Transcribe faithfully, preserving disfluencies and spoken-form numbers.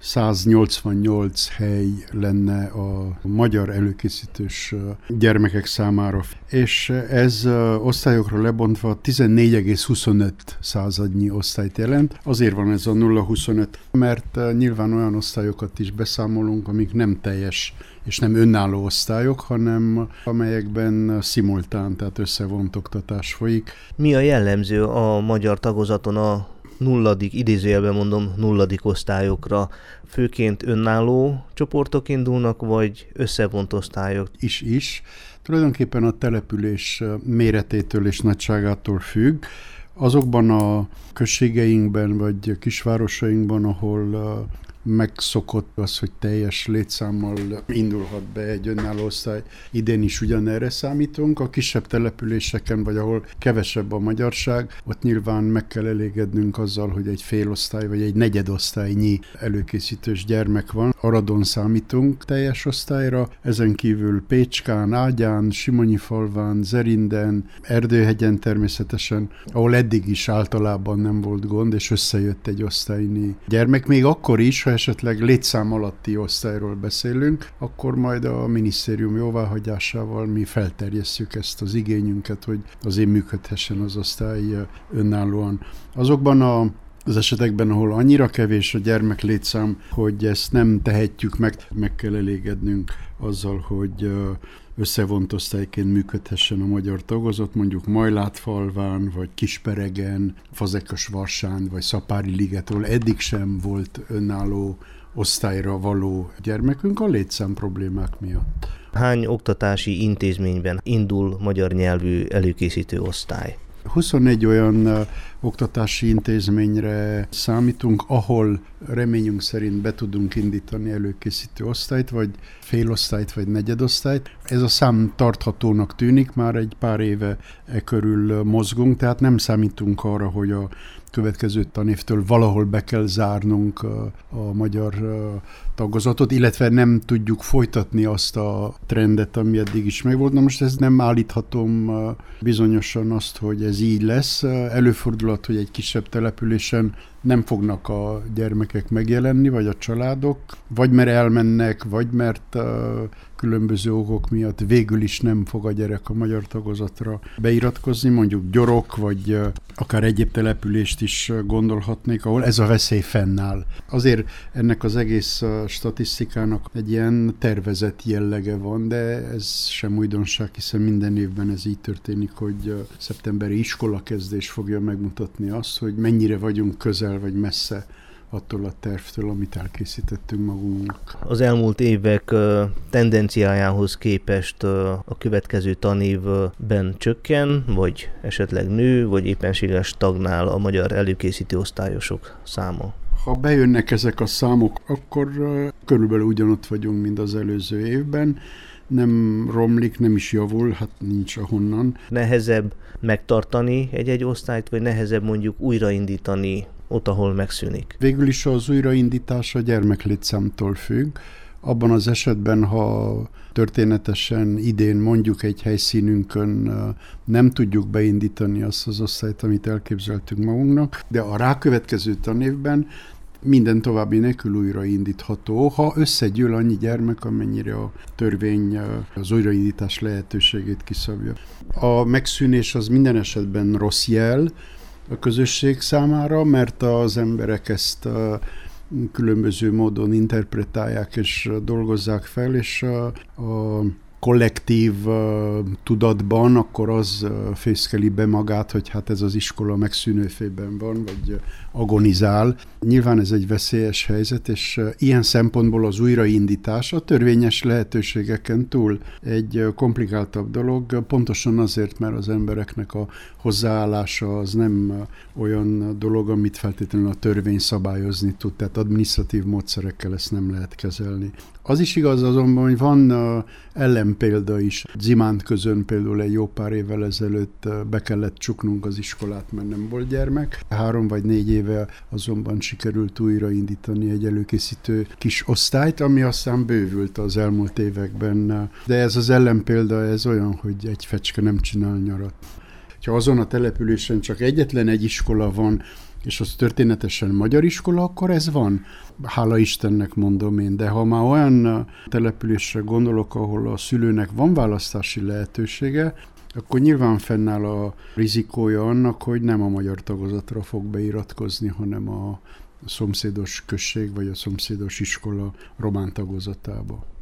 száznyolcvannyolc hely lenne a magyar előkészítős gyermekek számára, és ez osztályokra lebontva tizennégy egész huszonöt századnyi osztályt jelent. Azért van ez a nulla egész huszonöt, mert nyilván olyan osztályokat is beszámolunk, amik nem teljes és nem önálló osztályok, hanem amelyekben szimultán, tehát összevont oktatás folyik. Mi a jellemző a magyar tagozaton a nulladik, idézőjelben mondom, nulladik osztályokra? Főként önálló csoportok indulnak, vagy összevont osztályok? Is-is. Tulajdonképpen a település méretétől és nagyságától függ. Azokban a községeinkben, vagy kisvárosainkban, ahol megszokott az, hogy teljes létszámmal indulhat be egy önálló osztály. Idén is ugyanerre számítunk. A kisebb településeken, vagy ahol kevesebb a magyarság, ott nyilván meg kell elégednünk azzal, hogy egy félosztály, vagy egy negyedosztálynyi előkészítős gyermek van. Aradon számítunk teljes osztályra, ezen kívül Pécskán, Ágyán, Simonyifalván, Zerinden, Erdőhegyen természetesen, ahol eddig is általában nem volt gond, és összejött egy osztálynyi gyermek. Még akkor is, ha esetleg létszám alatti osztályról beszélünk, akkor majd a minisztérium jóváhagyásával mi felterjesszük ezt az igényünket, hogy azért működhessen az osztály önállóan. Azokban a az esetekben, ahol annyira kevés a gyermek létszám, hogy ezt nem tehetjük meg, meg kell elégednünk azzal, hogy összevont osztályként működhessen a magyar tagozat, mondjuk Majlátfalván, vagy Kisperegen, Fazekas-Varsán, vagy Szapári-ligetről eddig sem volt önálló osztályra való gyermekünk a létszám problémák miatt. Hány oktatási intézményben indul magyar nyelvű előkészítő osztály? huszonegy olyan uh, oktatási intézményre számítunk, ahol reményünk szerint be tudunk indítani előkészítő osztályt, vagy félosztályt, vagy negyedosztályt. Ez a szám tarthatónak tűnik, már egy pár éve e körül mozgunk, tehát nem számítunk arra, hogy a következő tanévtől valahol be kell zárnunk a, a magyar tagozatot, illetve nem tudjuk folytatni azt a trendet, ami eddig is megvolt. Na most ez nem állíthatom bizonyosan azt, hogy ez így lesz. Előfordulhat, hogy egy kisebb településen nem fognak a gyermekek megjelenni, vagy a családok, vagy mert elmennek, vagy mert uh, különböző okok miatt végül is nem fog a gyerek a magyar tagozatra beiratkozni, mondjuk Gyorok, vagy uh, akár egyéb települést is gondolhatnék, ahol ez a veszély fennáll. Azért ennek az egész uh, statisztikának egy ilyen tervezett jellege van, de ez sem újdonság, hiszen minden évben ez így történik, hogy uh, szeptemberi iskolakezdés fogja megmutatni azt, hogy mennyire vagyunk közel vagy messze attól a tervtől, amit elkészítettünk magunknak. Az elmúlt évek tendenciájához képest a következő tanévben csökken, vagy esetleg nő, vagy éppenséggel stagnál a magyar előkészítő osztályosok száma? Ha bejönnek ezek a számok, akkor körülbelül ugyanott vagyunk, mint az előző évben. Nem romlik, nem is javul, hát nincs ahonnan. Nehezebb megtartani egy-egy osztályt, vagy nehezebb mondjuk újraindítani ott, ahol megszűnik? Végül is az újraindítás a gyermeklétszámtól függ. Abban az esetben, ha történetesen idén mondjuk egy helyszínünkön nem tudjuk beindítani azt az osztályt, amit elképzeltünk magunknak, de a rákövetkező tanévben minden további nélkül újraindítható, ha összegyűl annyi gyermek, amennyire a törvény az újraindítás lehetőségét kiszabja. A megszűnés az minden esetben rossz jel a közösség számára, mert az emberek ezt különböző módon interpretálják és dolgozzák fel, és a, a kollektív uh, tudatban, akkor az uh, fészkeli be magát, hogy hát ez az iskola megszűnőfében van, vagy uh, agonizál. Nyilván ez egy veszélyes helyzet, és uh, ilyen szempontból az újraindítás a törvényes lehetőségeken túl egy uh, komplikáltabb dolog, pontosan azért, mert az embereknek a hozzáállása az nem uh, olyan dolog, amit feltétlenül a törvény szabályozni tud, tehát adminisztratív módszerekkel ezt nem lehet kezelni. Az is igaz azonban, hogy van uh, ellenpélda is. Zimánt közön például egy jó pár évvel ezelőtt uh, be kellett csuknunk az iskolát, mert nem volt gyermek. Három vagy négy éve azonban sikerült újraindítani egy előkészítő kis osztályt, ami aztán bővült az elmúlt években. De ez az ellenpélda, ez olyan, hogy egy fecske nem csinál nyarat. Ha azon a településen csak egyetlen egy iskola van, és az történetesen magyar iskola, akkor ez van. Hála Istennek mondom én, de ha már olyan településre gondolok, ahol a szülőnek van választási lehetősége, akkor nyilván fennáll a rizikója annak, hogy nem a magyar tagozatra fog beiratkozni, hanem a szomszédos község vagy a szomszédos iskola román tagozatába.